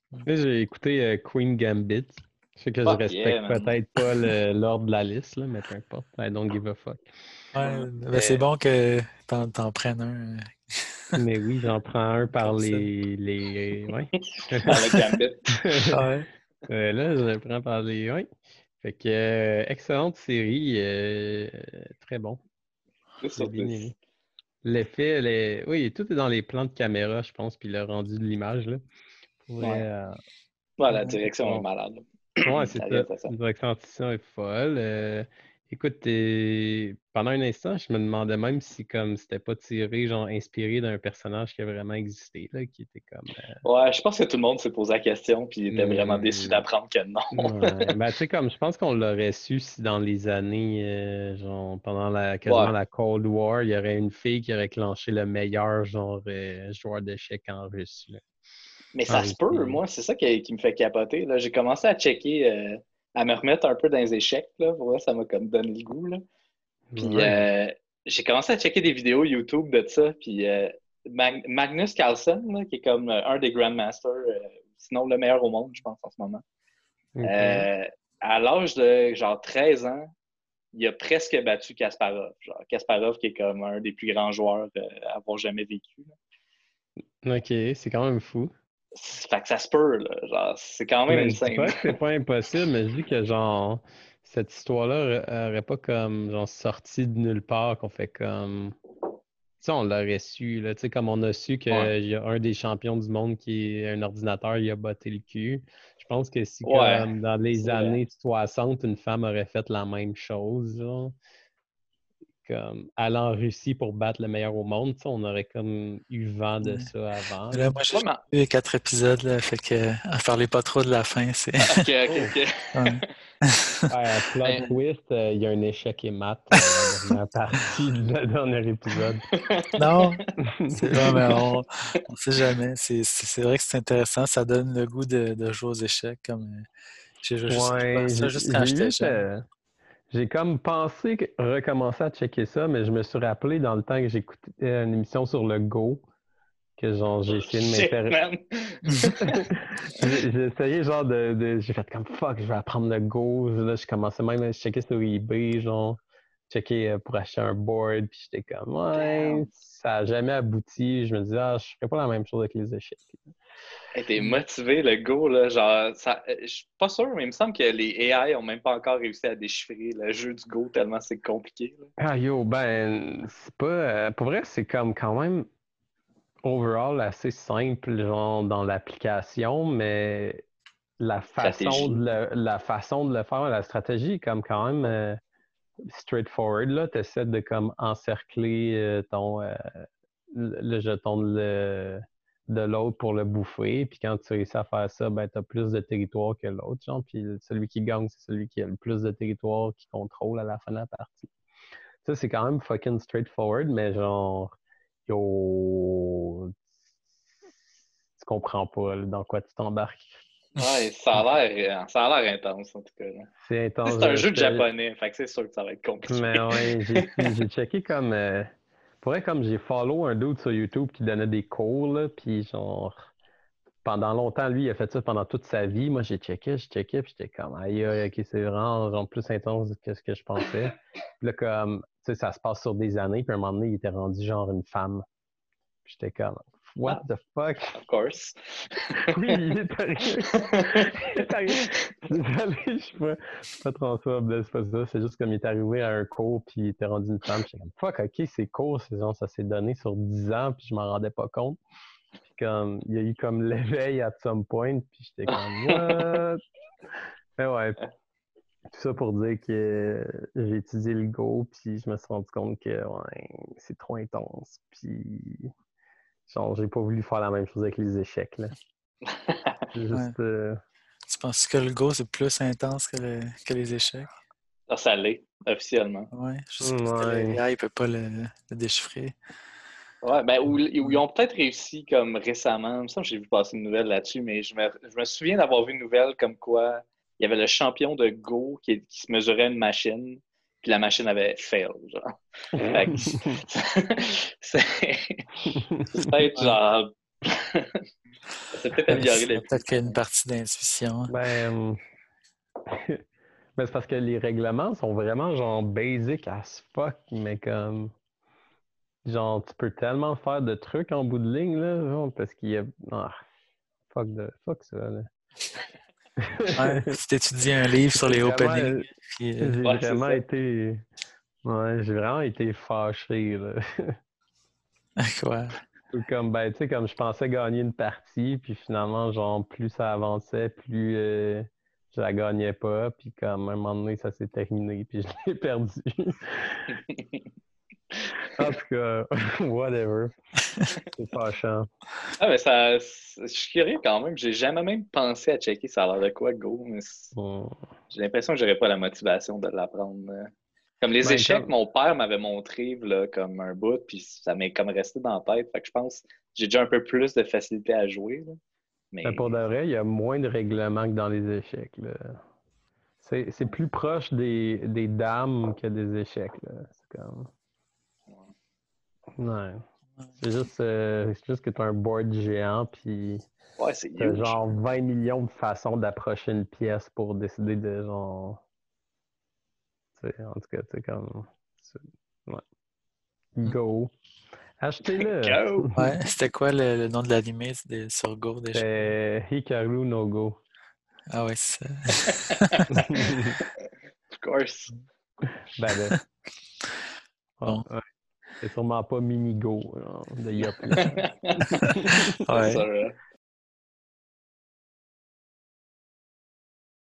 Là, j'ai écouté Queen Gambit. Je sais que je Fuck yeah, respecte man. peut-être pas l'ordre de la liste, là, mais peu importe. I don't give a fuck. Ouais. Ouais, ben c'est Mais, bon que t'en prennes un mais oui, j'en prends un par comme ça. les... Ouais. Par le Gambit. Ouais. Là, je le prends par les... Ouais. Fait que, excellente série. Très bon. 10 J'ai sur bien aimé. 10. L'effet, oui, tout est dans les plans de caméra, je pense, puis le rendu de l'image, là. Pour vrai, Ouais. Ouais, la Ouais. direction est bon. malade. Ouais, c'est La ça. réalisation. Une direction artistique est folle. Écoute, pendant un instant, je me demandais même si comme c'était pas tiré, genre inspiré d'un personnage qui a vraiment existé, là, qui était comme. Ouais, je pense que tout le monde s'est posé la question puis était vraiment déçu Hmm, d'apprendre que non. ouais. Ben, tu sais, comme je pense qu'on l'aurait su si dans les années, genre pendant quasiment Ouais. la Cold War, il y aurait une fille qui aurait clenché le meilleur genre joueur d'échecs en Russie, là. Mais En ça se peut, Russie. moi, c'est ça qui me fait capoter. Là. J'ai commencé à checker, à me remettre un peu dans les échecs. Là. Pour vrai, ça m'a comme donné le goût. Là. Puis Ouais. j'ai commencé à checker des vidéos YouTube de ça. Puis Magnus Carlsen, là, qui est comme un des Grandmasters, sinon le meilleur au monde, je pense, en ce moment. OK. Euh, à l'âge de genre 13 ans, il a presque battu Kasparov. Genre Kasparov, qui est comme un des plus grands joueurs à avoir jamais vécu. Là. OK, c'est quand même fou. Fait que ça se peut, là. Genre, c'est quand même Mais je dis insane. pas que c'est pas impossible, mais je dis que genre cette histoire-là aurait pas comme genre sorti de nulle part qu'on fait comme. Tu sais, on l'aurait su, là. Tu sais, comme on a su qu'il Ouais. y a un des champions du monde qui est un ordinateur, il a botté le cul. Je pense que si Ouais, comme dans les c'est vrai. années 60, une femme aurait fait la même chose, genre, comme aller en Russie pour battre le meilleur au monde, tu sais, on aurait comme eu vent de Ouais. ça avant, Mais là. là, moi, j'ai Ouais, juste mais... vu 4 épisodes, là, fait que en parlez pas trop de la fin, c'est. Ok, ok, Oh! ok. Ouais. Ouais, plot Mais... twist, il y a un échec et mat la dernière partie du dernier épisode. Non, c'est ouais, mais on sait jamais. C'est vrai que c'est intéressant, ça donne le goût de jouer aux échecs. Comme j'ai découvert Ouais, ça juste quand j'ai j'étais juste, jeune. j'ai comme pensé recommencer à checker ça, mais je me suis rappelé dans le temps que j'écoutais une émission sur le Go, que genre j'ai Oh, essayé de shit, m'intéresser. man! J'ai essayé genre j'ai fait comme fuck, je vais apprendre le Go. Là, je commençais même à checker sur eBay, genre checker pour acheter un board, puis j'étais comme ouais, Damn! ça a jamais abouti. Je me disais ah, je ferais pas la même chose avec les échecs. Hey, t'es motivé, le go, là. Genre, ça... je suis pas sûr, mais il me semble que les AI ont même pas encore réussi à déchiffrer le jeu du go tellement c'est compliqué, là. Ah yo, ben c'est pas pour vrai, c'est comme quand même overall assez simple genre dans l'application, mais Stratégie. la façon de le faire, la stratégie est comme quand même straightforward là. Tu essaies de comme encercler ton le jeton de l'autre pour le bouffer. Puis quand tu réussis à faire ça, ben t'as plus de territoire que l'autre, genre. Puis celui qui gagne, c'est celui qui a le plus de territoire qui contrôle à la fin de la partie. Ça, c'est quand même fucking straightforward, mais genre, yo, tu comprends pas là, dans quoi tu t'embarques. Ouais, ça a l'air intense, en tout cas, là. C'est Tu sais, intense. c'est un jeu de japonais, fait que c'est sûr que ça va être compliqué. Mais ouais, j'ai checké comme. Pour vrai, comme j'ai follow un dude sur YouTube qui donnait des cours, là, puis genre, pendant longtemps, lui, il a fait ça pendant toute sa vie. Moi, je checkais, puis j'étais comme, aïe, aïe, ok, c'est vraiment genre, plus intense que ce que je pensais. Puis là, comme, tu sais, ça se passe sur des années, puis à un moment donné, il était rendu genre une femme. Puis j'étais comme, what Ah, the fuck? of course. Oui, il est arrivé. Il est arrivé. Désolé, je suis pas transformable, c'est pas ça. C'est juste comme il est arrivé à un cours, puis il était rendu une femme. J'étais comme, fuck, ok, c'est court, c'est genre, ça s'est donné sur 10 ans, puis je m'en rendais pas compte. Puis comme, il y a eu comme l'éveil at some point, puis j'étais comme, what? Mais ouais, tout ça pour dire que j'ai étudié le Go, puis je me suis rendu compte que, ouais, c'est trop intense, puis genre, j'ai pas voulu faire la même chose avec les échecs, là. C'est Ouais. juste, Tu penses que le Go, c'est plus intense que les échecs? Ah, ça l'est, officiellement. Ouais, juste parce que ouais. l'AI ne peut pas le déchiffrer. Ouais, ben, ou ils Ouais. ont peut-être réussi comme récemment. Il me semble que j'ai vu passer une nouvelle là-dessus, mais je me souviens d'avoir vu une nouvelle comme quoi il y avait le champion de Go qui se mesurait à une machine, puis la machine avait fail, genre. Fait que c'est c'est peut-être Ouais. genre. C'est peut-être amélioré depuis. Peut-être qu'il y a une partie d'intuition. Ben, mais c'est parce que les règlements sont vraiment genre basic as fuck, mais comme genre tu peux tellement faire de trucs en bout de ligne là, genre, parce qu'il y a fuck ça là. Ouais, si t'étudies un livre sur les J'ai vraiment- openings, puis, J'ai Ouais, c'est vraiment ça. été j'ai vraiment été fâché là. quoi. Ou comme ben tu sais comme je pensais gagner une partie puis finalement genre plus ça avançait plus je la gagnais pas puis comme à un moment donné ça s'est terminé puis je l'ai perdu. En tout cas, whatever. C'est fâchant. Ah, mais je suis curieux quand même. J'ai jamais même pensé à checker ça a l'air de quoi, Go. Mais j'ai l'impression que j'aurais pas la motivation de l'apprendre. Comme les Ben, échecs, comme- mon père m'avait montré là, comme un bout, puis ça m'est comme resté dans la tête. Fait que je pense que j'ai déjà un peu plus de facilité à jouer. Là. Ben, Mais pour de vrai, il y a moins de règlements que dans les échecs. Là. C'est plus proche des dames que des échecs. Là. C'est comme. Ouais. C'est juste que tu as un board géant, puis ouais, c'est tu as huge. genre 20 millions de façons d'approcher une pièce pour décider de genre. En tout cas, c'est comme. Ouais. Go. Achetez-le. Go! Ouais, c'était quoi le nom de l'animé sur Go déjà? C'est Hikaru no Go. Ah ouais, c'est ça. Of course. Ben là. Bon. Ouais. C'est sûrement pas Minigo, genre, de Yop. Ouais. Ça,